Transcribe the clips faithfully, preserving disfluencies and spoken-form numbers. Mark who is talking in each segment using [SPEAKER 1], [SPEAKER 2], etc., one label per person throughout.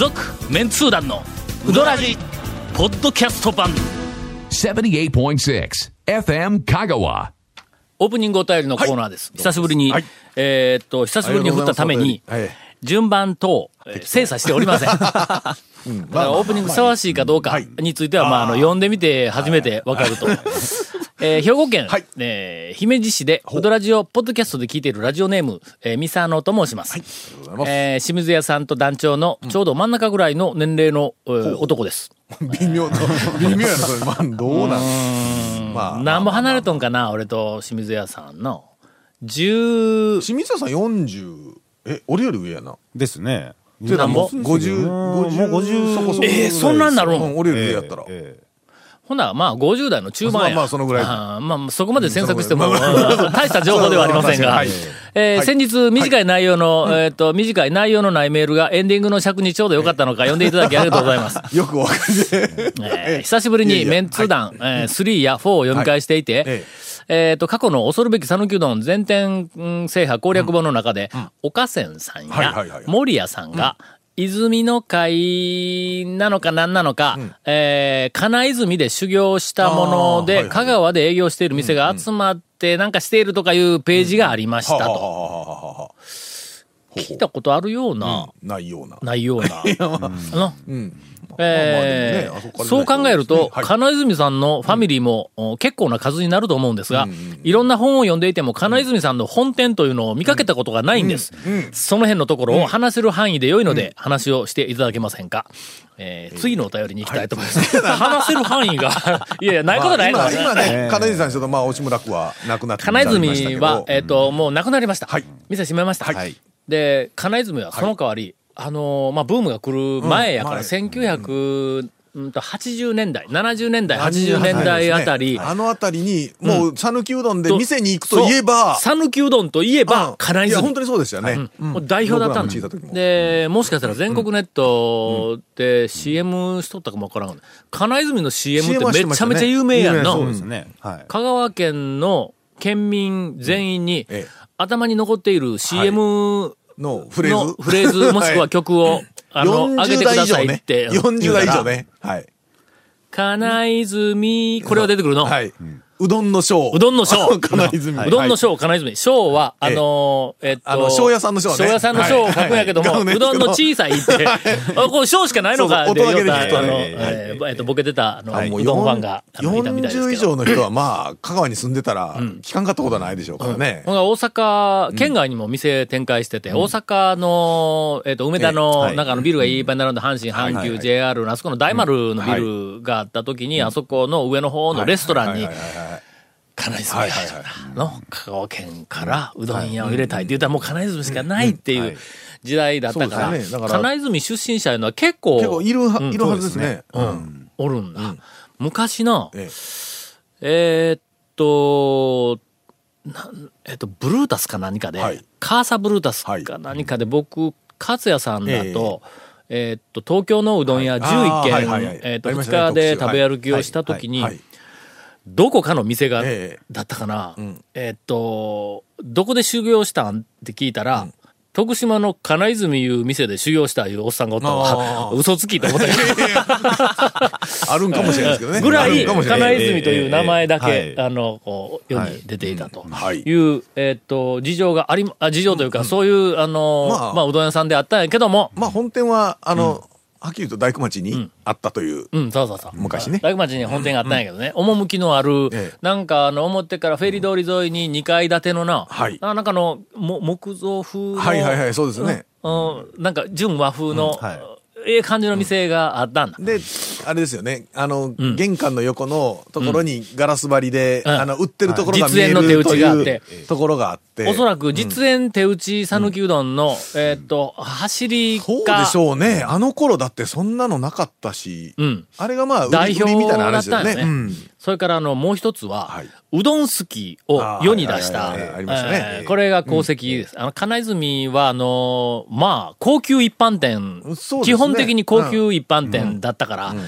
[SPEAKER 1] 続メンツー団のウドラジポッドキャスト版
[SPEAKER 2] ななじゅうはちてんろく エフエム 香川。
[SPEAKER 1] オープニングお便りのコーナーです、はい、久しぶりに、はい、えー、っと久しぶりに振ったために順番等、えー、精査しておりません、うん、だからオープニングふさわしいかどうかについては、まあ、あの読んでみて初めてわかると、はい、えー、兵庫県、はい、えー、姫路市でウドラジオポッドキャストで聞いているラジオネーム、えー、ミサノと申します、はい、えー、清水屋さんと団長のちょうど真ん中ぐらいの年齢の、えー、男です。
[SPEAKER 3] 微妙な微妙やなそれ、まあ、どうなん
[SPEAKER 1] まあ、何も離れとんかな、俺と清水屋さんのじゅう
[SPEAKER 3] 清水屋さんよんじゅう、え俺より上やな
[SPEAKER 4] ですね。
[SPEAKER 1] なんぼ
[SPEAKER 3] ごじゅう、もうごじゅうそこそこ。
[SPEAKER 1] えー、そんなんなるん、
[SPEAKER 3] うん、俺より上やったら、えーえー
[SPEAKER 1] ほな、まあ、ごじゅう代の中盤や。
[SPEAKER 3] まあ、まあ、そのぐらい。
[SPEAKER 1] あまあ、そこまで詮索しても、大した情報ではありませんが、はい、えーはい、先日、短い内容の、はい、えっ、ー、と、短い内容のないメールがエンディングの尺にちょうどよかったのか、読んでいただきありがとうございます。
[SPEAKER 3] よくわかる、
[SPEAKER 1] えー。久しぶりにメンツー団、はい、えー、スリーやフォーを読み返していて、はい、えっ、ー、と、過去の恐るべき讃岐うどん全店制覇攻略本の中で、うん、岡仙さんや森谷さんが、うん泉の会なのか何なのか、うん、えー、金泉で修行したもので、はいはい、香川で営業している店が集まってなんかしているとかいうページがありましたと。聞いたことあるような、
[SPEAKER 3] うん、ないような。
[SPEAKER 1] ないような。の、うんえー、そう考えると、はい、金泉さんのファミリーも、うん、結構な数になると思うんですが、うんうん、いろんな本を読んでいても金泉さんの本店というのを見かけたことがないんです、うんうん、その辺のところを話せる範囲で良いので話をしていただけませんか、えー、次のお便りに行きたいと思います、はい、話せる範囲がいやいやないことないから、
[SPEAKER 3] ね、まあ、今, 今ね金泉さんちょっとまあ惜しむらくはなくなって
[SPEAKER 1] 金泉は、えーと、もうなくなりました、はい、店閉めました、
[SPEAKER 3] はい、
[SPEAKER 1] で金泉はその代わり、はい、あのー、まあ、ブームが来る前やから、うん、せんきゅうひゃくはちじゅうねんだい、ななじゅうねんだい、はちじゅうねんだいあたり、
[SPEAKER 3] あのあたりにもう讃岐うどんで店に行くといえば、
[SPEAKER 1] 讃岐うどんといえば金泉、いや
[SPEAKER 3] 本当にそうでしたね、
[SPEAKER 1] うん、もう代表だったんだ。でもしかしたら全国ネットで シーエム しとったかもわからん。金泉の シーエム ってめちゃめちゃ有名やんの。香川県の県民全員に頭に残っている シーエム
[SPEAKER 3] のフレーズ
[SPEAKER 1] フレーズもしくは曲をあの上げてくださいって
[SPEAKER 3] よんじゅう代以上ね。はい。
[SPEAKER 1] 金泉、これは出てくるの。
[SPEAKER 3] はい。うどんの小。
[SPEAKER 1] うどんの小。
[SPEAKER 3] 金泉。
[SPEAKER 1] うどんの小、金泉。小は、あの、えっと、
[SPEAKER 3] あの、小屋さんの小ね。
[SPEAKER 1] 小屋さんの小を書くんやけども、うどんの小さいって、これ小しかないのか、
[SPEAKER 3] 音だけで聞くと
[SPEAKER 1] あの、えっと、ボケてた、あの、うどんファンがいたみたいですけど。
[SPEAKER 3] よんじゅう以上の人は、まあ、香川に住んでたら、聞かんかったことはないでしょうからね。
[SPEAKER 1] 大阪、県外にも店展開してて、大阪の、えっと、梅田の、なんかあのビルがいっぱい並んで、阪神、阪急、ジェイアール のあそこの大丸のビルがあった時に、あそこの上の方のレストランに、金泉の香川県からうどん屋を入れたいって言ったらもう金泉しかないっていう時代だったから、金泉出身者いうのは結構
[SPEAKER 3] 結構いるいるはずですね。
[SPEAKER 1] おるんだ。昔のえっとえっとブルータスか何かでカーサブルータスか何かで僕勝也さんだとえっと東京のうどん屋じゅういっけんえっとふつかで食べ歩きをした時にどこかの店が、ええ、だったかな、うん、えー、っと、どこで修行したんって聞いたら、うん、徳島の金泉いう店で修行したいうおっさんがおったわ。嘘つきと思ったけど。
[SPEAKER 3] あるんかもしれないですけどね。
[SPEAKER 1] ぐらい、金泉という名前だけ、ええ、あの、こう、世に出ていたという、はい、えー、っと、事情があり、あ事情というか、うん、そういう、あの、まあ、まあ、うどん屋さんであったんやけども。
[SPEAKER 3] まあ、本店は、あの、うんはっきりと大工町にあったという、
[SPEAKER 1] うん、うん、そうそうそう。
[SPEAKER 3] 昔ね。
[SPEAKER 1] 大工町に本店があったんやけどね、うん、趣のある、ええ、なんかあの、表からフェリー通り沿いににかい建てのな、はい、なんかの、も木造風の、
[SPEAKER 3] はいはいはい、そうですね。
[SPEAKER 1] うん、なんか純和風の、うんはいええ感じの店があったんだ。
[SPEAKER 3] で、あれですよね。あの、うん、玄関の横のところにガラス張りで、うん、あの、売ってるところが見える、うん、実演の手打ちがあって、ところがあって。
[SPEAKER 1] おそらく実演手打ち讃岐うどんの、うん、えー、っと、走りが。
[SPEAKER 3] そうでしょうね。あの頃だってそんなのなかったし、うん、あれがまあ、
[SPEAKER 1] 代表
[SPEAKER 3] みたいな話ですよね。
[SPEAKER 1] ねうん、それからあの、もう一つは、はい、うどん好きを世に出した。これが功績です。うん、あの、金泉は、あの、まあ、高級一般店、ね、基本的に高級一般店だったから、うんうん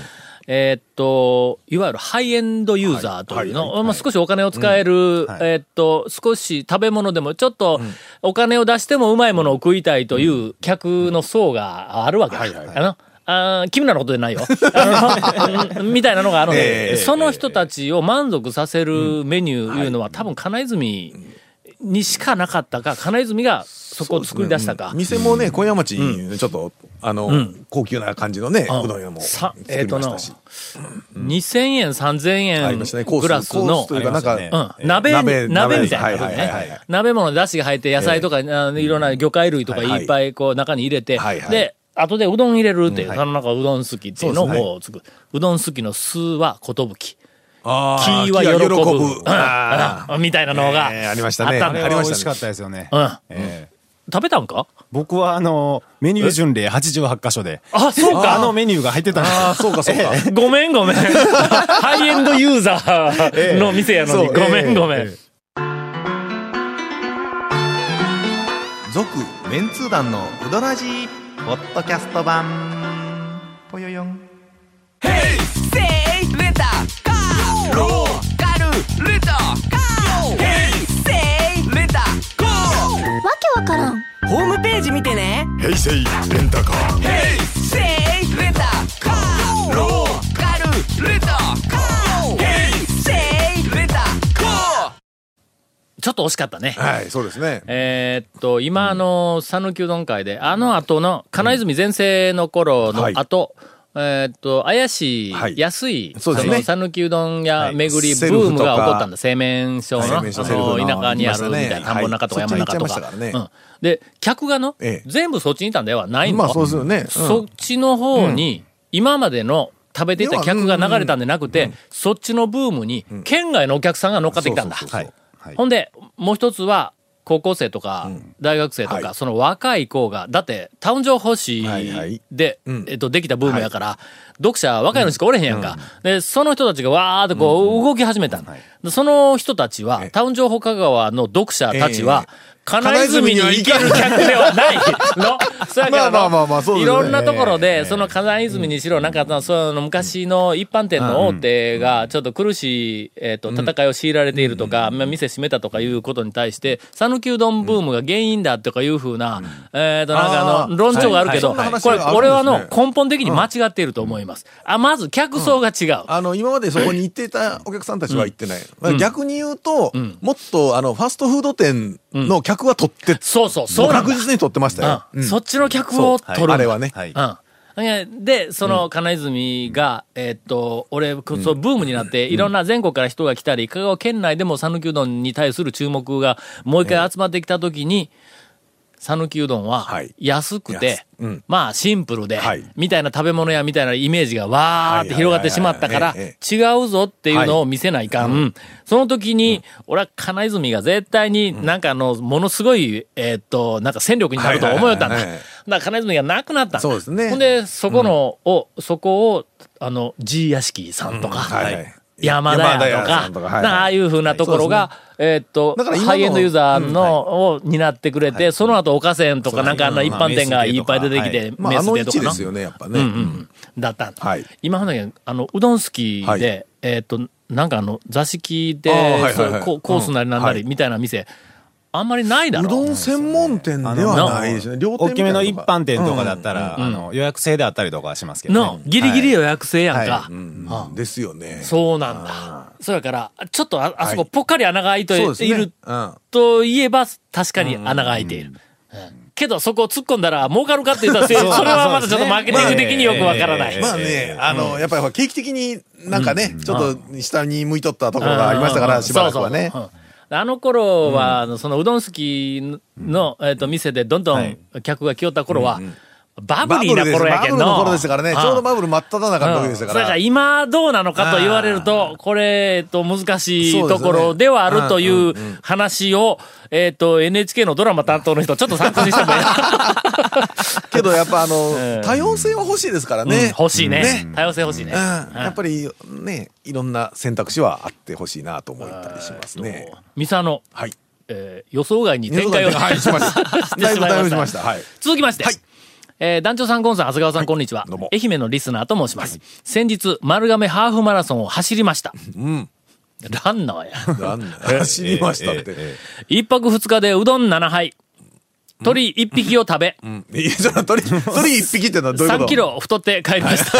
[SPEAKER 1] えーっと、いわゆるハイエンドユーザーというの、
[SPEAKER 3] はいはい
[SPEAKER 1] まあ、少しお金を使える、
[SPEAKER 4] はい
[SPEAKER 1] えーっと、少し食べ物でもちょっとお金を出してもうまいものを食いたいという客の層があるわけ。
[SPEAKER 3] はいはい
[SPEAKER 1] あのあー君らのことでないよ。あのみたいなのがあるので、
[SPEAKER 3] えー
[SPEAKER 1] その人たちを満足させるメニューいうのは、多分金泉にしかなかったか、金泉がそこを作り出したか。
[SPEAKER 3] 店もね、小山町にちょっと、あの、高級な感じのね、うどん屋も
[SPEAKER 1] さ
[SPEAKER 3] 作りましたし。
[SPEAKER 1] にせんえん、さんぜんえん
[SPEAKER 3] ありましたね、コース
[SPEAKER 1] クラスの
[SPEAKER 3] コースというか、なんか、
[SPEAKER 1] うん、鍋、
[SPEAKER 3] 鍋
[SPEAKER 1] 鍋みたいなこと
[SPEAKER 3] はいはいはい
[SPEAKER 1] ね
[SPEAKER 3] はい。
[SPEAKER 1] 鍋物で出汁が入って野菜とか、あのいろんな魚介類とかいっぱいこう中に入れて、
[SPEAKER 3] はいはい
[SPEAKER 1] で、後でうどん入れるっていう、
[SPEAKER 3] うん
[SPEAKER 1] その中うどん好きっていうのをこう作る。うどん好きの酢は寿。
[SPEAKER 3] あー
[SPEAKER 1] キーは喜ぶ。
[SPEAKER 3] 喜ぶあ
[SPEAKER 1] うんみたいなのが
[SPEAKER 3] えーありましたね
[SPEAKER 1] あったんだよ
[SPEAKER 4] あれは
[SPEAKER 3] ありましたね
[SPEAKER 4] 美味しかったですよね。
[SPEAKER 1] うん
[SPEAKER 4] ええ
[SPEAKER 1] 食べたんか
[SPEAKER 4] 僕はあの、メニュー巡礼はちじゅうはち箇所で、
[SPEAKER 1] あ、そうか。
[SPEAKER 4] あのメニューが入ってたんですよ。
[SPEAKER 3] ああ、そうかそうか。
[SPEAKER 1] ごめんごめん。ハイエンドユーザーの店やのに、
[SPEAKER 3] そう
[SPEAKER 1] ごめんごめん。
[SPEAKER 3] ええ
[SPEAKER 5] 続メンツー団のウドラジーポッドキャスト版ぽよよん。
[SPEAKER 6] わからん。
[SPEAKER 7] ホームページ見てね。
[SPEAKER 5] ヘイセイレンタカー。
[SPEAKER 7] ヘイセイレンタカー。ローカルレンタカー。ヘイセイレンタカー。
[SPEAKER 1] ちょっと惜しかったね。
[SPEAKER 3] はい、そうですね。
[SPEAKER 1] えーっと、今、あの、讃岐うどん会で、あの後の、金泉全盛の頃の後、えーっと、怪しい、
[SPEAKER 3] はい
[SPEAKER 1] 安い、
[SPEAKER 3] そうですね
[SPEAKER 1] の、讃岐うどん屋巡りブ
[SPEAKER 3] セルフとか
[SPEAKER 1] ームが起こったんだ。製麺所の、
[SPEAKER 3] はい
[SPEAKER 1] あ
[SPEAKER 3] 製麺所セルフ
[SPEAKER 1] の、
[SPEAKER 3] の
[SPEAKER 1] 田舎にあるみたい
[SPEAKER 3] ありましたね
[SPEAKER 1] な、田んぼの中とか
[SPEAKER 3] はい
[SPEAKER 1] 山の中と
[SPEAKER 3] そっちに行っちゃいましたからね
[SPEAKER 1] か。うん。で、客がの、
[SPEAKER 3] ええ
[SPEAKER 1] 全部そっちにいたんではないの。
[SPEAKER 3] まあそうですよね。うん
[SPEAKER 1] そっちの方に、今までの食べていた客が流れたんでなくて、そっちのブームに、県外のお客さんが乗っかってきたんだ。
[SPEAKER 3] そうそうそう
[SPEAKER 4] はい。はい
[SPEAKER 1] ほんで、もう一つは、高校生とか、大学生とか、
[SPEAKER 3] はい
[SPEAKER 1] その若い子が、だって、タウン情報誌
[SPEAKER 3] はいはい
[SPEAKER 1] で、
[SPEAKER 3] うん
[SPEAKER 1] えっと、できたブームやから、読者若いのしかおれへんやんか。で、その人たちがわーってこう、動き始めた、でその人たちは、タウン情報香川の読者たちは、金泉に行ける客ではないの。そうやから
[SPEAKER 3] まあまあまあまあそうですね
[SPEAKER 1] いろんなところで、その金泉にしろ、なんか、その昔の一般店の大手がちょっと苦しい、えっと、戦いを強いられているとか、まあ店閉めたとかいうことに対して、讃岐うどんブームが原因だとかいうふうな、えっと、なんかあの、
[SPEAKER 3] あー
[SPEAKER 1] 論調があるけど、
[SPEAKER 3] はいはい
[SPEAKER 1] これ、
[SPEAKER 3] そんな話があるんですね
[SPEAKER 1] 俺はの、根本的に間違っていると思います。あ、まず客層が違う。
[SPEAKER 3] あの、今までそこに行っていたお客さんたちは行ってない。まあ逆に言うと、もっと、あの、ファストフード店の客は取って、
[SPEAKER 1] そうそう、そうなんだ
[SPEAKER 3] 確実に取ってましたよ。
[SPEAKER 1] うんそっちの客を取るんだ。
[SPEAKER 3] あれはね。
[SPEAKER 4] はい。
[SPEAKER 1] うん。いやで、その金泉が、えーっと、俺、こそうブームになって、いろんな全国から人が来たり、香川県内でも讃岐うどんに対する注目がもう一回集まってきたときに、讃岐うどんは
[SPEAKER 3] はい
[SPEAKER 1] 安くて、
[SPEAKER 3] 安うん
[SPEAKER 1] まあシンプルで、
[SPEAKER 3] はい
[SPEAKER 1] みたいな食べ物屋みたいなイメージがわーって広がってしまったから、
[SPEAKER 3] はいはいはい
[SPEAKER 1] 違うぞっていうのを見せないかん。その時に、俺は金泉が絶対になんかあの、ものすごい、えーっと、なんか戦力になると思いよったんだ。だか
[SPEAKER 3] はいはいはいはい
[SPEAKER 1] ら金泉がなくなったんだ。
[SPEAKER 3] そうですね
[SPEAKER 1] ほんで、そこの、を、そこを、あの、G 屋敷さんとか、
[SPEAKER 3] はいはい。
[SPEAKER 1] 山田屋と
[SPEAKER 3] 山田
[SPEAKER 1] か、
[SPEAKER 3] 屋さんとかはいはい
[SPEAKER 1] なんかああいうふうなところが、えーっと、
[SPEAKER 3] だから今の
[SPEAKER 1] ハイエンドユーザーの、を担ってくれて、その後、岡線とかなんかあんな一般店がいっぱい出てきて、
[SPEAKER 3] まあ、あの位
[SPEAKER 1] メスでとかな
[SPEAKER 3] 置ですよね、やっぱね。
[SPEAKER 1] うんうん。だったんだ。
[SPEAKER 3] はい
[SPEAKER 1] 今ほんだけどあの、うどん好きで、
[SPEAKER 3] はい
[SPEAKER 1] えーっと、なんかあの、座敷で、
[SPEAKER 3] あーはいはいはい
[SPEAKER 1] そうココースなりなんなり、
[SPEAKER 3] うん
[SPEAKER 1] みたいな店、あんまりないだろ。
[SPEAKER 3] うどん専門店ではないですね。両店
[SPEAKER 4] 大きめの一般店とかだ
[SPEAKER 3] っ
[SPEAKER 4] ったら、あの、予約制であったりとかはしますけど
[SPEAKER 1] の
[SPEAKER 4] ね。、
[SPEAKER 1] ギリギリ予約制やんか。
[SPEAKER 4] は
[SPEAKER 1] あ
[SPEAKER 3] ですよね。
[SPEAKER 1] そうなんだ。そやから、ちょっとああそこぽっかり穴が開いて
[SPEAKER 3] そうですね
[SPEAKER 1] いる
[SPEAKER 3] うん
[SPEAKER 1] といえば、確かに穴が開いている。うんけど、そこを突っ込んだら儲かるかって言ったら、それはまたちょっとマーケティング的によくわからない。
[SPEAKER 3] まあね、あの、やっぱり景気的になんかね、ちょっと下に向いとったところがありましたから、しばらくはね。
[SPEAKER 1] そうそううんあの頃は、あのそのうどん好きの、えっと、店でどんどん客が来よった頃は、バブリーな頃やけんの。
[SPEAKER 3] バブルの頃でしたからね。ちょうどバブル真っ只中の時でしたか
[SPEAKER 1] うんそれから
[SPEAKER 3] ら。
[SPEAKER 1] 今どうなのかと言われると、これ、えっと、難しいところではあるという話を、えっと、エヌエイチケー のドラマ担当の人、ちょっと参考にしてもいい
[SPEAKER 3] けどやっぱあの、多様性は欲しいですからね。
[SPEAKER 1] 欲しいね。多様性欲しいね。
[SPEAKER 3] うんやっぱりね、いろんな選択肢はあってほしいなと思ったりしますね。
[SPEAKER 1] ミサの、
[SPEAKER 3] はい。
[SPEAKER 1] えー予想外に展開を
[SPEAKER 3] はい、しました。
[SPEAKER 1] して
[SPEAKER 3] だいぶ対応し
[SPEAKER 1] しまいまし。
[SPEAKER 3] ましたた。はい。
[SPEAKER 1] 続きまして、
[SPEAKER 3] はい
[SPEAKER 1] えー、団長さん、ゴンさん、長谷川さん、はい、こんにちは。愛媛のリスナーと申します。はい、先日、丸亀ハーフマラソンを走りました。うん。ランナーや。
[SPEAKER 3] ランナー。走りましたって。えーえ
[SPEAKER 1] ー、一泊二日でうどんななはい。鳥一匹を食べ。うん。
[SPEAKER 3] いや、その鳥、鳥一匹ってのはどういうこと？
[SPEAKER 1] さん キロ太って帰りました。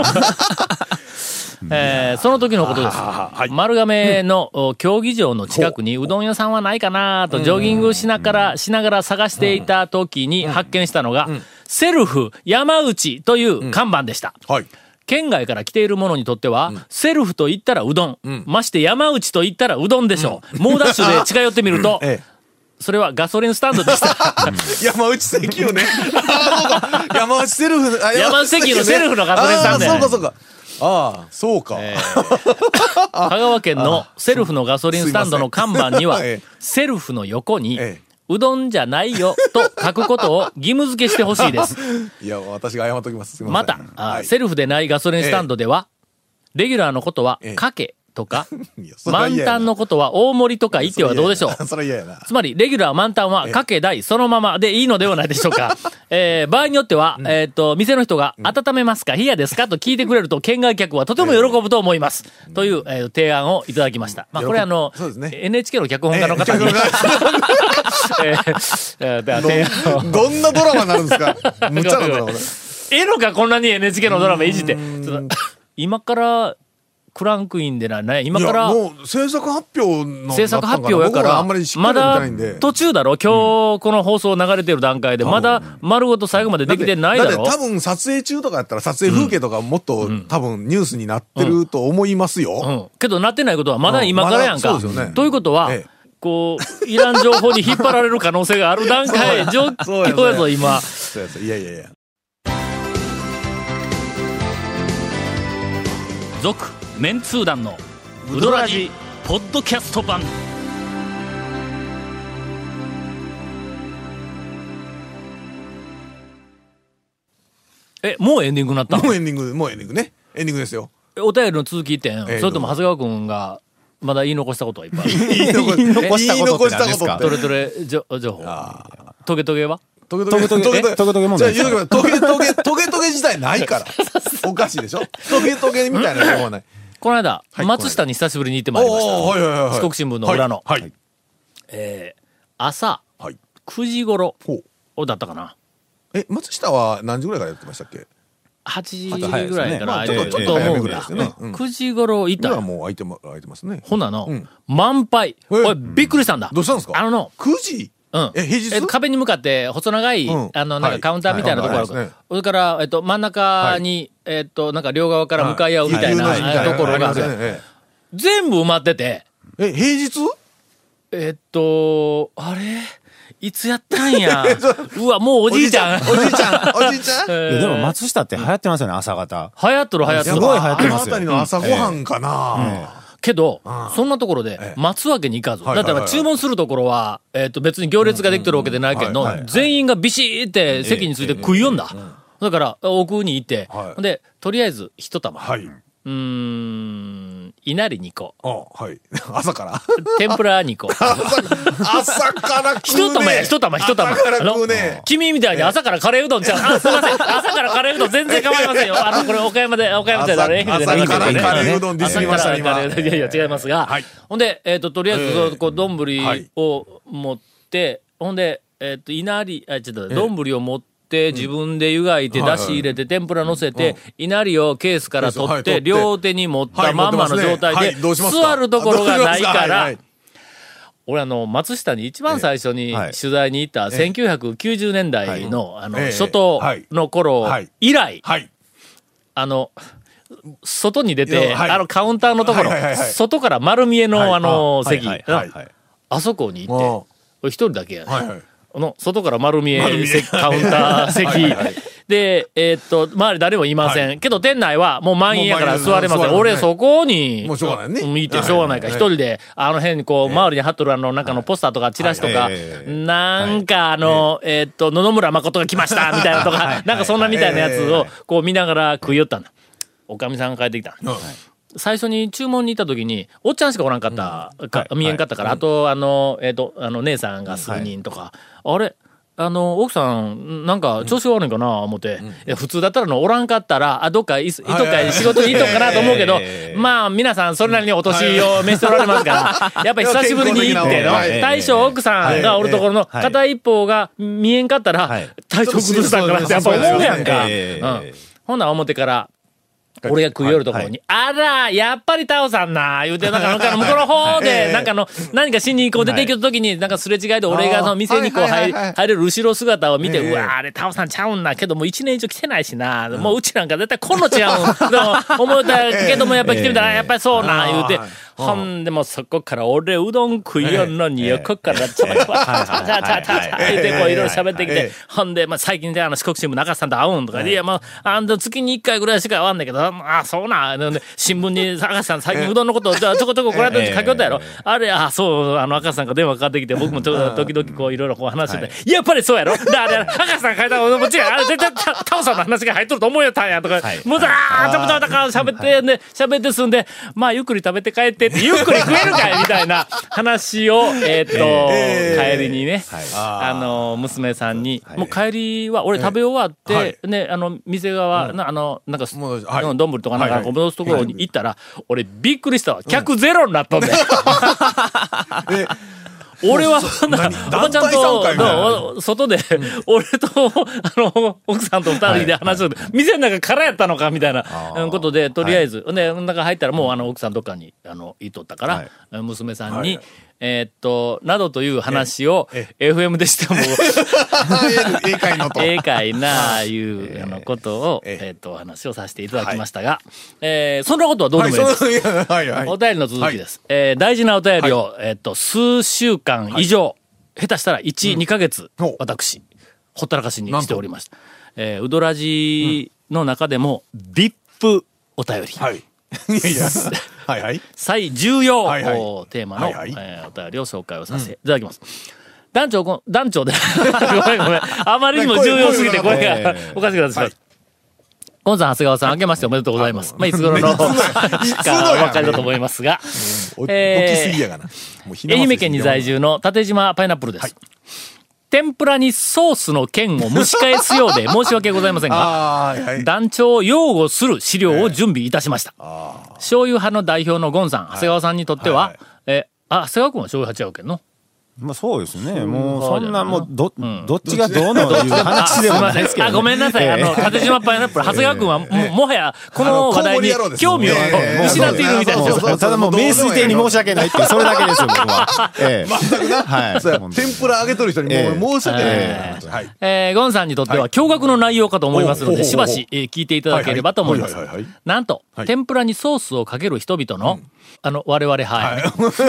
[SPEAKER 1] えー、その時のことです。はい、丸亀の競技場の近くにうどん屋さんはないかなとジョギングしながら、しながら探していた時に発見したのが、セルフ山内という看板でした。はい、県外から来ている者にとっては、セルフと言ったらうどん、まして山内と言ったらうどんでしょう。猛ダッシュで近寄ってみると、ええ、それはガソリンスタンドでした。
[SPEAKER 3] 山内石油ね。山内セルフ、
[SPEAKER 1] 山内石油のセルフのガソリンスタンドやね。
[SPEAKER 3] そうかそうか。ああ、そうか、え
[SPEAKER 1] ー。香川県のセルフのガソリンスタンドの看板には、セルフの横に、うどんじゃないよと書くことを義務付けしてほしいです。
[SPEAKER 3] いや、私が謝っときます。すみません。
[SPEAKER 1] また、はい、セルフでないガソリンスタンドでは、レギュラーのことは、かけ。とか、満タンのことは大盛りとか言ってはどうでしょう。
[SPEAKER 3] それ嫌やな。
[SPEAKER 1] つまり、レギュラー満タンはかけ大そのままでいいのではないでしょうか。えー、場合によっては、うん、えっと、店の人が、温めますか冷やですかと聞いてくれると、県外客はとても喜ぶと思います。えー、という、えー、提案をいただきました。まあ、これあの、ね、エヌエイチケー の脚本家の方に。
[SPEAKER 3] えー、どんなドラマになるんですか？むちゃなドラマ。
[SPEAKER 1] ええのか、こんなに エヌエイチケー のドラマいじって。今から、クランクインでないね。今から。
[SPEAKER 3] もう制作発表の。
[SPEAKER 1] 制作発表やから、まだ途中だろ今日この放送流れてる段階で、まだ丸ごと最後までできてないだろ。
[SPEAKER 3] だって多分撮影中とかやったら撮影風景とかもっと多分ニュースになってると思いますよ。
[SPEAKER 1] うん。けどなってないことはまだ今からやんか。ということは、こう、いらん情報に引っ張られる可能性がある段階、状況やぞ今。
[SPEAKER 3] そうやそう。いやいやいや。
[SPEAKER 1] 続メンツー団のウドラジポッドキャスト版。え、もうエンディングになったの？
[SPEAKER 3] もうエンディング、もうエンディングね。エンディングですよ。
[SPEAKER 1] お便りの続きってん、えー、それとも長谷川くんがまだ言い残したことはいっぱいある。
[SPEAKER 4] 言い残したことって何ですか？
[SPEAKER 1] どれどれ情報。トゲトゲは？
[SPEAKER 3] トゲトゲ、トゲトゲ、
[SPEAKER 4] トゲトゲ問題ですか？
[SPEAKER 3] トゲトゲ、トゲトゲ自体ないから。おかしいでしょ？トゲトゲみたいな情報はない。
[SPEAKER 1] この間、はい、松下に久しぶりに行ってまいりました。はいはいはいはい、四国新聞の裏の。はいはい、えー、朝、はい、くじ頃だったかな。
[SPEAKER 3] え、松下は何時ぐらいからやってましたっけ？
[SPEAKER 1] はちじぐらいから、
[SPEAKER 3] ね、まあ、ちょっと思うんだ。ね、
[SPEAKER 1] うん、くじ頃いた。
[SPEAKER 3] 今はもう空いてま、空いてますね。
[SPEAKER 1] ほなの、うん、満杯。おい、びっくりしたんだ。
[SPEAKER 3] どうしたんですか？
[SPEAKER 1] あのの、
[SPEAKER 3] くじ？
[SPEAKER 1] うん。
[SPEAKER 3] え、平日？え、
[SPEAKER 1] 壁に向かって細長い、うん、あの、なんかカウンターみたいなところあるから。それから、えっと、真ん中に、はい、えっと、なんか両側から向かい合うみたいな、はいはい、ところが、全部埋まってて。
[SPEAKER 3] え、平日？
[SPEAKER 1] えっと、あれいつやったんや。うわ、もうおじいちゃん。
[SPEAKER 3] おじいちゃん。おじいちゃん。
[SPEAKER 4] えー、でも松下って流行ってますよね、朝方。
[SPEAKER 1] 流行っとる流行っとる。
[SPEAKER 4] すごい流行ってますよ。
[SPEAKER 3] あのあたりの朝ごはんかな、うんえー
[SPEAKER 1] けど、そんなところで待つわけにいかず。だったら注文するところは、えっと別に行列ができてるわけでないけど、全員がビシーって席について食いよんだ。だから奥に行って、で、とりあえず一玉。うーん、稲荷にこ。
[SPEAKER 3] はい。朝から
[SPEAKER 1] 天ぷらにこ。
[SPEAKER 3] 朝から食うね。
[SPEAKER 1] 一玉や、一玉、一玉。
[SPEAKER 3] 朝から食うね。
[SPEAKER 1] 君みたいに朝からカレーうどんちゃう。あ、すいません。朝からカレーうどん全然構いませんよ。あの、これ岡山で、岡山でだね。
[SPEAKER 3] 朝からカレーうどんディスりましたね、今。
[SPEAKER 1] いやいや、違いますが。ほんで、えっと、とりあえず、こう、丼を持って、ほんで、えっと、稲荷、あ、ちょっと、丼を持って、自分で湯がいて、だし入れて、天ぷら乗せて、稲荷をケースから取って、両手に持ったまんまの状態で、座るところがないから、俺あの、松下に一番最初に取材に行ったせんきゅうひゃくきゅうじゅうねんだいの、あの、初頭の頃以来、あの、外に出て、あの、カウンターのところ、外から丸見えのあの、席、あそこに行って、一人だけやね。の外から丸見えカウンター席で、えー、っと周り誰もいません、はい、けど店内はもう満員やから座れません、ね、俺そこに
[SPEAKER 3] もうしょうがないね
[SPEAKER 1] 見てしょうがないから一人であの辺にこう周りに貼っとるあの中のポスターとかチラシとか、なんかあのえー、っと野々村誠が来ましたみたいなとかなんかそんなみたいなやつをこう見ながら食いよったんだ。おかみさんが帰ってきた、はい、最初に注文に行った時におっちゃんしかおらんかった、うんかはい、見えんかったから、はい、あとあのえっ、ー、とあの姉さんが数人とか、はい、あれあの、奥さん、なんか、調子悪いんかな、思って。うん、いや、普通だったらの、おらんかったら、あ、どっか、い、いとか、仕事にいとくかなと思うけど、まあ、皆さん、それなりにお年を召しておられますから、やっぱり久しぶりに行っての、大将、奥さんがおるところの、片一方が見えんかったら、体調崩したんかなって、やっぱ思うやんか。うん。ほんなら表から、俺が食い寄るところに、はいはい、あら、やっぱりタオさんな、言うて、なんか、なんか向こうの方で、なんかの、何かしにこう出ていくときに、なんかすれ違いで俺がその店にこう入入れる後ろ姿を見て、うわ、あれタオさんちゃうんな、けどもう一年以上来てないしな、もううちなんか絶対こんの違うん、思ったけどもやっぱり来てみたら、やっぱりそうな、言うて、ほんでもそこから俺うどん食いよんのに横からちょばちょば、ちゃちゃちゃちゃちゃ言うてこういろいろ喋ってきて、ほんで、まあ最近であの四国新聞中さんと会うんとかで、いやまあ、あの月に一回ぐらいしか会わんねんけど、ああ、そうな、新聞に赤瀬さん最近うどんのことをちょこちょここれと書きよったやろ。あれ、あ、そう、あの赤瀬さんが電話かかってきて、僕もちょっと時々こういろいろこう話してて、やっぱりそうやろ。で、あれ、赤瀬さんが書いたのもちろん、あれ絶対タオさんの話が入っとると思うよったんやとか、もうだー、ちょこちょこだから喋ってんで、喋ってすんで、まあゆっくり食べて帰ってって、ゆっくり食えるかいみたいな話を、えっと、帰りにね、あの、娘さんに、もう帰りは、俺食べ終わって、ね、あの、店側、あの、なんか、どんぶりとかなんか戻すところに行ったら、俺びっくりしたわ。客ゼロになっとんねん。俺は、おばちゃんと、外で、俺と、あの、奥さんと二人で話を、店の中空やったのかみたいなことで、とりあえず、で、中入ったらもう、あの、奥さんどっかに、あの、いとったから、娘さんに、えっと、などという話を、エフエム でしても、
[SPEAKER 3] 英会のと。
[SPEAKER 1] 英会な、いうあのことを、えっと、話をさせていただきましたが、えー、そんなことはどうでもいいです。お便りの続きです。えー、大事なお便りを、えっと、数週間以上、下手したらいち、にかげつ、私、ほったらかしにしておりました。えー、うどらじの中でも、ビップお便り。はい。いやいや、はいはい。最重要、はいはい、テーマの、はいはい、えー、お便りを紹介をさせていただきます。うん、団長、団長で、ごめんごめん。あまりにも重要すぎて声がおかしくなってしまう。ゴンさん、長谷川さん、明けましておめでとうございます。まあ、いつ頃の、か、お分かりだと思いますが、えー、愛媛県に在住の縦島パイナップルです。はい、天ぷらにソースの剣を蒸し返すようで申し訳ございませんが、はいはい、団長を擁護する資料を準備いたしました。えー、醤油派の代表のゴンさん、長谷川さんにとっては、はいはいはい、え、あ、長谷川君は醤油派違うけんの？
[SPEAKER 4] まあそうですね。もうそんなもうど、うん、どっちがどうのいう話でもないですけど、ね。あ、
[SPEAKER 1] ごめんなさい。あの、縦島パイナップル、長谷川君はも、えー、もはやこの話題に興味を失っているみたいです。
[SPEAKER 4] ただもう名水亭に申し訳ないってそれだけですよ、僕は。
[SPEAKER 3] えー、全くな。はい。天ぷら揚げとる人にもう申し訳ない。えー
[SPEAKER 1] はい、えー、ゴンさんにとっては驚愕の内容かと思いますので、しばし、えー、聞いていただければと思います。なんと、はい、天ぷらにソースをかける人々の、うん、あの、我々、はい。はい、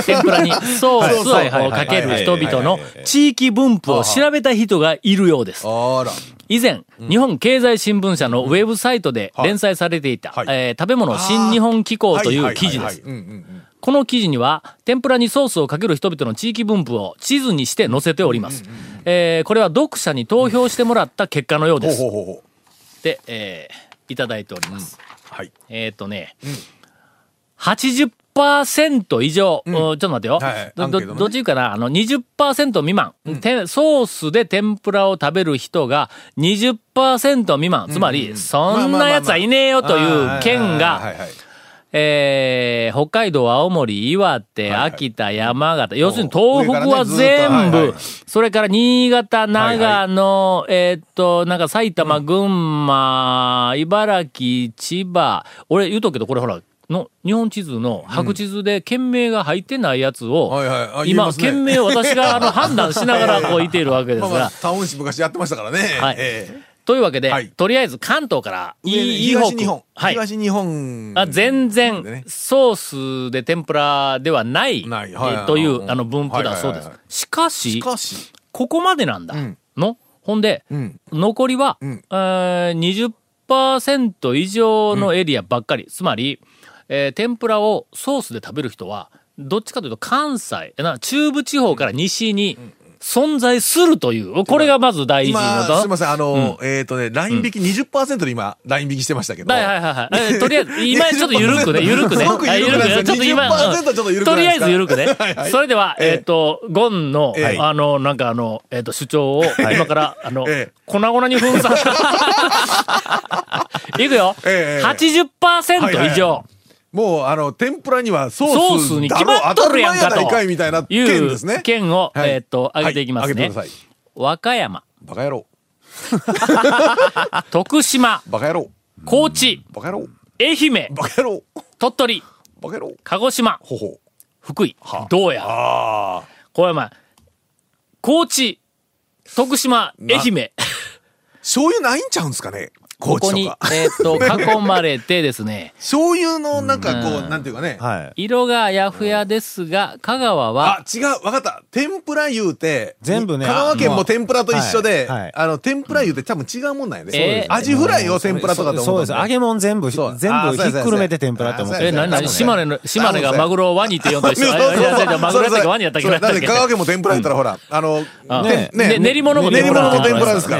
[SPEAKER 1] 天ぷらにソースをかける人々の地域分布を調べた人がいるようです。以前、うん、日本経済新聞社のウェブサイトで連載されていた、はい、えー、食べ物新日本機構という記事です。この記事には、天ぷらにソースをかける人々の地域分布を地図にして載せております。えー、これは読者に投票してもらった結果のようです。ほうほうほうで、えー、いただいております。うん、はい、えっとね、うん、はちじゅっパーセント 以上、うん、ちょっと待ってよ。はい、ど、ど、どっち言うかな、あの、にじゅっパーセント 未満、うん、ソースで天ぷらを食べる人が にじゅっパーセント 未満、うん、つまり、そんなやつはいねえよという県が、えー、北海道、青森、岩手、はいはい、秋田、山形、要するに東北は全部、はいはい、それから新潟、長野、はいはい、えー、っと、なんか埼玉、うん、群馬、茨城、千葉、俺言うとくけど、これほら、の日本地図の白地図で県名が入ってないやつを、うんはいはい、今、ね、県名を私があの判断しながらこういているわけですが。まあまあ、
[SPEAKER 3] タウン市昔やってましたからね。
[SPEAKER 1] はい。えーというわけで、はい、とりあえず関東からいい
[SPEAKER 3] 東日本、
[SPEAKER 1] はい、
[SPEAKER 3] 東日本、
[SPEAKER 1] あ全然、ね、ソースで天ぷらではない、ないはいはい、というあの分布だそうです。はいはいはい、しかし、しかしここまでなんだ、うん、のほんで、うん、残りは、うん、えー、にじゅっパーセント 以上のエリアばっかり、うん、つまり、えー、天ぷらをソースで食べる人はどっちかというと関西な中部地方から西に、うん存在するという、これがまず大事な
[SPEAKER 3] 今、すいません、あの、うん、えっ、ー、とね、ライン引き にじゅっパーセント で今、ライン引きしてましたけど。
[SPEAKER 1] はいはいはいはい。えー、とりあえず、今ちょっと緩くね、緩くね。
[SPEAKER 3] すごく緩くね。
[SPEAKER 1] ちょっと今、とりあえず緩くね。はいはい、それでは、えっ、ー、と、ゴンの、えー、あの、なんかあの、えっ、ー、と、主張を、今から、あの、えー、粉々に粉砕。いくよ。えー、はちじゅっパーセント 以上。はいはいはい、
[SPEAKER 3] もう、あの、天ぷらにはソース、
[SPEAKER 1] ソースに決まっとるやんかと。
[SPEAKER 3] みたいな件ですね。
[SPEAKER 1] 件を、はい、えっ、ー、と、上げていきますね。はい、和歌山。
[SPEAKER 3] バカ野郎。
[SPEAKER 1] 徳島。
[SPEAKER 3] バカ野郎。
[SPEAKER 1] 高知。
[SPEAKER 3] バカ野郎。
[SPEAKER 1] 愛媛。
[SPEAKER 3] バカ野郎。
[SPEAKER 1] 鳥取。
[SPEAKER 3] バカ野郎。
[SPEAKER 1] 鹿児島。
[SPEAKER 3] ほほ。
[SPEAKER 1] 福井。はあ、どうや。ああ。これまあ、高知、徳島、愛媛。
[SPEAKER 3] 醤油ないんちゃうんすかね。
[SPEAKER 1] ここに、えっと、囲まれてですね。
[SPEAKER 3] 醤油のなんかこう、なんていうかね。
[SPEAKER 1] はい。色があやふやですが、香川は。
[SPEAKER 3] あ、違う、わかった。天ぷら言うて、
[SPEAKER 4] 全部ね。
[SPEAKER 3] 香川県も天ぷらと一緒で、あの、天ぷら言うて多分違うもんなんやね。アジフライを天ぷらとかで思う。
[SPEAKER 4] そうです。揚げ物全部、全部ひっくるめて天ぷらって思って。
[SPEAKER 1] え、なになに島根の、島根がマグロをワニって呼んだりして。マグロやったっけワニやったっけ。
[SPEAKER 3] だって香川県も天ぷら言ったらほら、あの、
[SPEAKER 1] ね、練り物も
[SPEAKER 3] 練り物の天ぷらですから。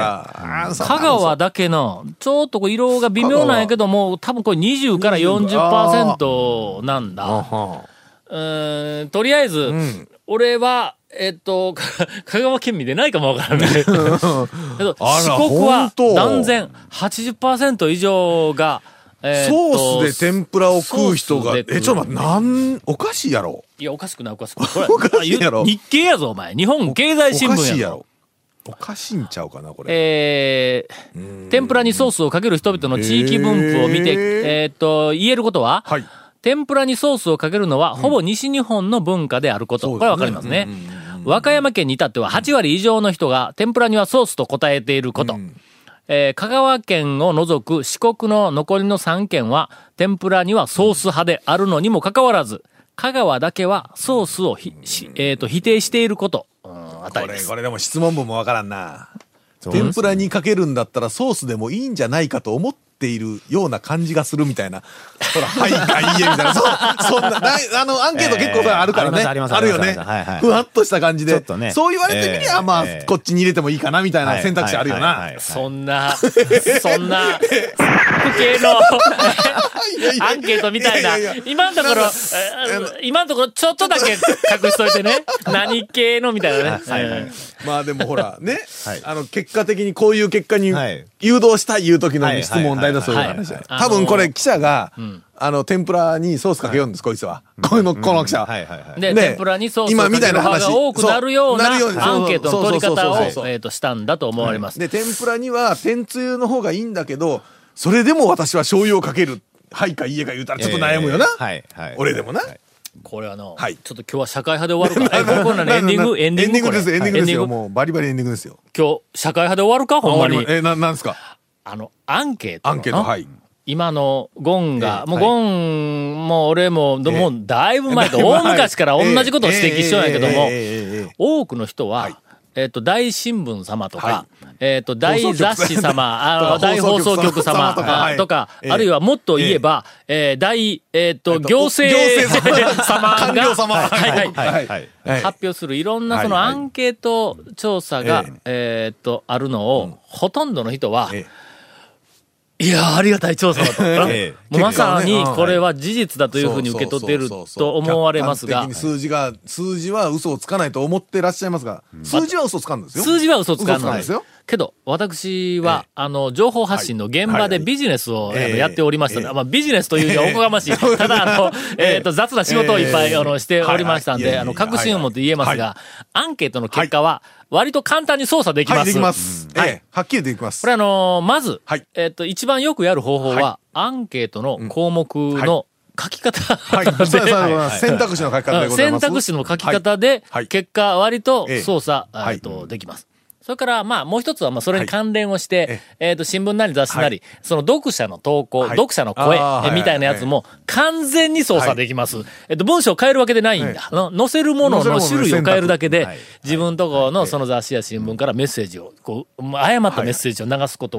[SPEAKER 1] 香川だけの、ちょっと色が微妙なんやけども、多分これにじゅうからよんじゅっパーセント なんだ。うん、とりあえず、うん、俺は、えっと、香川県民でないかもわからない。けど四国は断然 はちじゅっパーセント 以上が、
[SPEAKER 3] えー、ソースで天ぷらを食う人が、え、ちょっと待って、なん、おかしいやろ。
[SPEAKER 1] いや、おかしくないおかしくない。これおかしいやろ。日経やぞ、お前。日本経済新聞やろ。おかしいやろ。
[SPEAKER 3] おかしいんちゃうかな、これ。
[SPEAKER 1] えー、天ぷらにソースをかける人々の地域分布を見て、えー、えー、っと、言えることは、はい、天ぷらにソースをかけるのは、ほぼ西日本の文化であること。うん、これはわかりますね。うん、和歌山県に至ってははちわり以上の人が天ぷらにはソースと答えていること。うん、えー、香川県を除く四国の残りのさん県は、天ぷらにはソース派であるのにもかかわらず、香川だけはソースをひ、えー、と否定していること。あたりです。
[SPEAKER 3] これ、これでも質問文もわからんな。天ぷらにかけるんだったらソースでもいいんじゃないかと思っているような感じがするみたいな。ほら、はいかいいえみたいな。そ、そんな、なあの、アンケート結構あるからね。えー、あ, あ, あるよね。はいはい、ふわっとした感じで。ね、そう言われてみりゃ、えー、まあ、えー、こっちに入れてもいいかなみたいな選択肢あるよな。
[SPEAKER 1] そんな、そんな、不景のアンケートみたいな。今のところ、今のところちょっとだけ隠しといてね。何系のみたいなね。はいはい、
[SPEAKER 3] まあでもほら、ね、はい、あの、結果的にこういう結果に誘導したいいう時の質問題だそういう話だよ。多分これ記者が、うん、あの、天ぷらにソースかけようんです、はい、こいつは。この、この記者。
[SPEAKER 1] で、天ぷらにソースをかける派が多くなるようなアンケートの取り方を、えっと、したんだと思われます。
[SPEAKER 3] で、天ぷらには天つゆの方がいいんだけど、それでも私は醤油をかける。はいかいいえか言うたらちょっと悩むよな。はいはい。俺でもな。
[SPEAKER 1] これはの、はい、ちょっと今日は社会派で終わるか。え、ここのエンディングエンディング
[SPEAKER 3] エンディングです、エンディングですよ。もうバリバリエンディングですよ。
[SPEAKER 1] 今日、社会派で終わるかほんまに。
[SPEAKER 3] え、な、なんですか
[SPEAKER 1] あの、アンケート。
[SPEAKER 3] アンケート、はい。
[SPEAKER 1] 今のゴンが、もうゴンも俺も、もうだいぶ前と大昔から同じことを指摘しようやけども、多くの人は、えっと、大新聞様とか、えっと、大雑誌様、あの、大放送局様とか、あるいはもっと言えば、えー、大、えっと、行政様が、はいはい、発表するいろんなそのアンケート調査が、えっと、あるのを、ほとんどの人は、いやありがたい調査だと。ええ、まさにこれは事実だというふうに受け取っていると思われますが。
[SPEAKER 3] 数字が、数字は嘘をつかないと思ってらっしゃいますが、数字は嘘つかんですよ。
[SPEAKER 1] 数字は嘘つかんのですよ。けど、私は、ええ、あの、情報発信の現場でビジネスを、はいはい、やっておりましたので、ええ、まあ、ビジネスというにはおこがましい。え、ただ、あの、えっと、雑な仕事をいっぱい、あの、しておりましたんで、あの、確信を持って言えますが、はい、アンケートの結果は、割と簡単に操作できます。はい、
[SPEAKER 3] できます。はい。ええ、はっきりできます。
[SPEAKER 1] これあのー、まず、はい、えっと、一番よくやる方法は、はい、アンケートの項目の書き方、
[SPEAKER 3] はい、はい、選択肢の書き方でございます。
[SPEAKER 1] 選択肢の書き方で、結果割と操作、えっと、できます。それから、まあ、もう一つは、まあ、それに関連をして、はい、えっ、ー、と、新聞なり雑誌なり、はい、その読者の投稿、はい、読者の声、えみたいなやつも、完全に操作できます。はい、えっと、文章を変えるわけでないんだ。はい、載せるものの種類を変えるだけで、自分とこのその雑誌や新聞からメッセージを、こう、誤ったメッセージを流すことが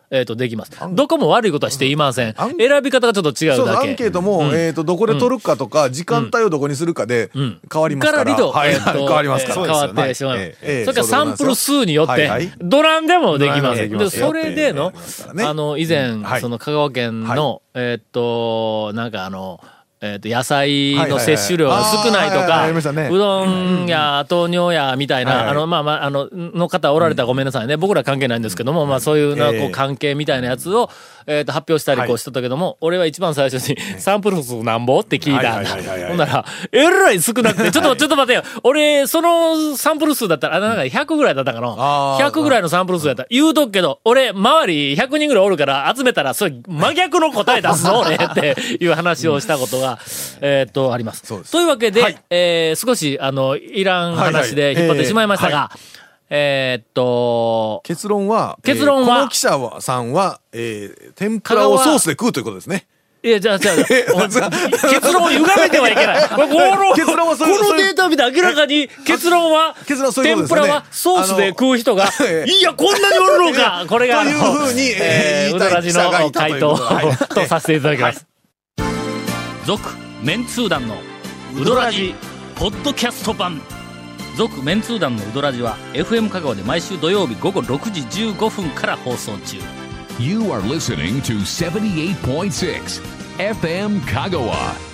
[SPEAKER 1] えっと、できます。どこも悪いことはしていません。選び方がちょっと違うだけ。
[SPEAKER 3] そうアンケートも、えっと、どこで取るかとか、時間帯をどこにするかで変わりますから。
[SPEAKER 1] からりと、
[SPEAKER 3] はい、変わりますから。
[SPEAKER 1] 変わってしまう。そ
[SPEAKER 3] れ
[SPEAKER 1] からサンプル数によって、ドランでもできます。で、それでの、あの、以前、その香川県の、えっと、なんかあの、えっと、野菜の摂取量が少ないとか、うどんや豆乳やみたいな、あの、まあまあ、あの、の方おられたらごめんなさいね。僕ら関係ないんですけども、まあそういうな、こう、関係みたいなやつを、えっと、発表したりこうしとったけども、俺は一番最初にサンプル数なんぼって聞いたんだ。ほんなら、えらい少なくて、ちょっと、ちょっと待てよ。俺、そのサンプル数だったら、あ、なんかひゃくぐらいだったかな。ひゃくぐらいのサンプル数やったら、言うとくけど、俺、周りひゃくにんぐらいおるから集めたら、それ真逆の答え出すぞ、俺っていう話をしたことが、えっと、あります。というわけで、はい、えー、少し、あの、いらん話で引っ張ってしまいましたが、はいはい、えー、っと、
[SPEAKER 3] 結論は、
[SPEAKER 1] 結論は、
[SPEAKER 3] えー、この記者さんは、えー、天ぷらをソースで食うということですね。
[SPEAKER 1] いや、じゃあ、じゃあ、結論を歪めてはいけない。この、結論はそういうこのデータを見て明らかに、結論は、
[SPEAKER 3] 結論そういうことですね。
[SPEAKER 1] 天ぷらはソースで食う人が、いや、こんなにおるのかこれが、
[SPEAKER 3] というふうに、
[SPEAKER 1] えー、うどらじの回答とさせていただきます。続、メンツー団のうどらじポッドキャスト版。続メンツー団のうどらじは エフエム 香川で毎週土曜日午後ろくじじゅうごふんから放送中。
[SPEAKER 2] You are listening to seventy-eight point six エフエム 香川。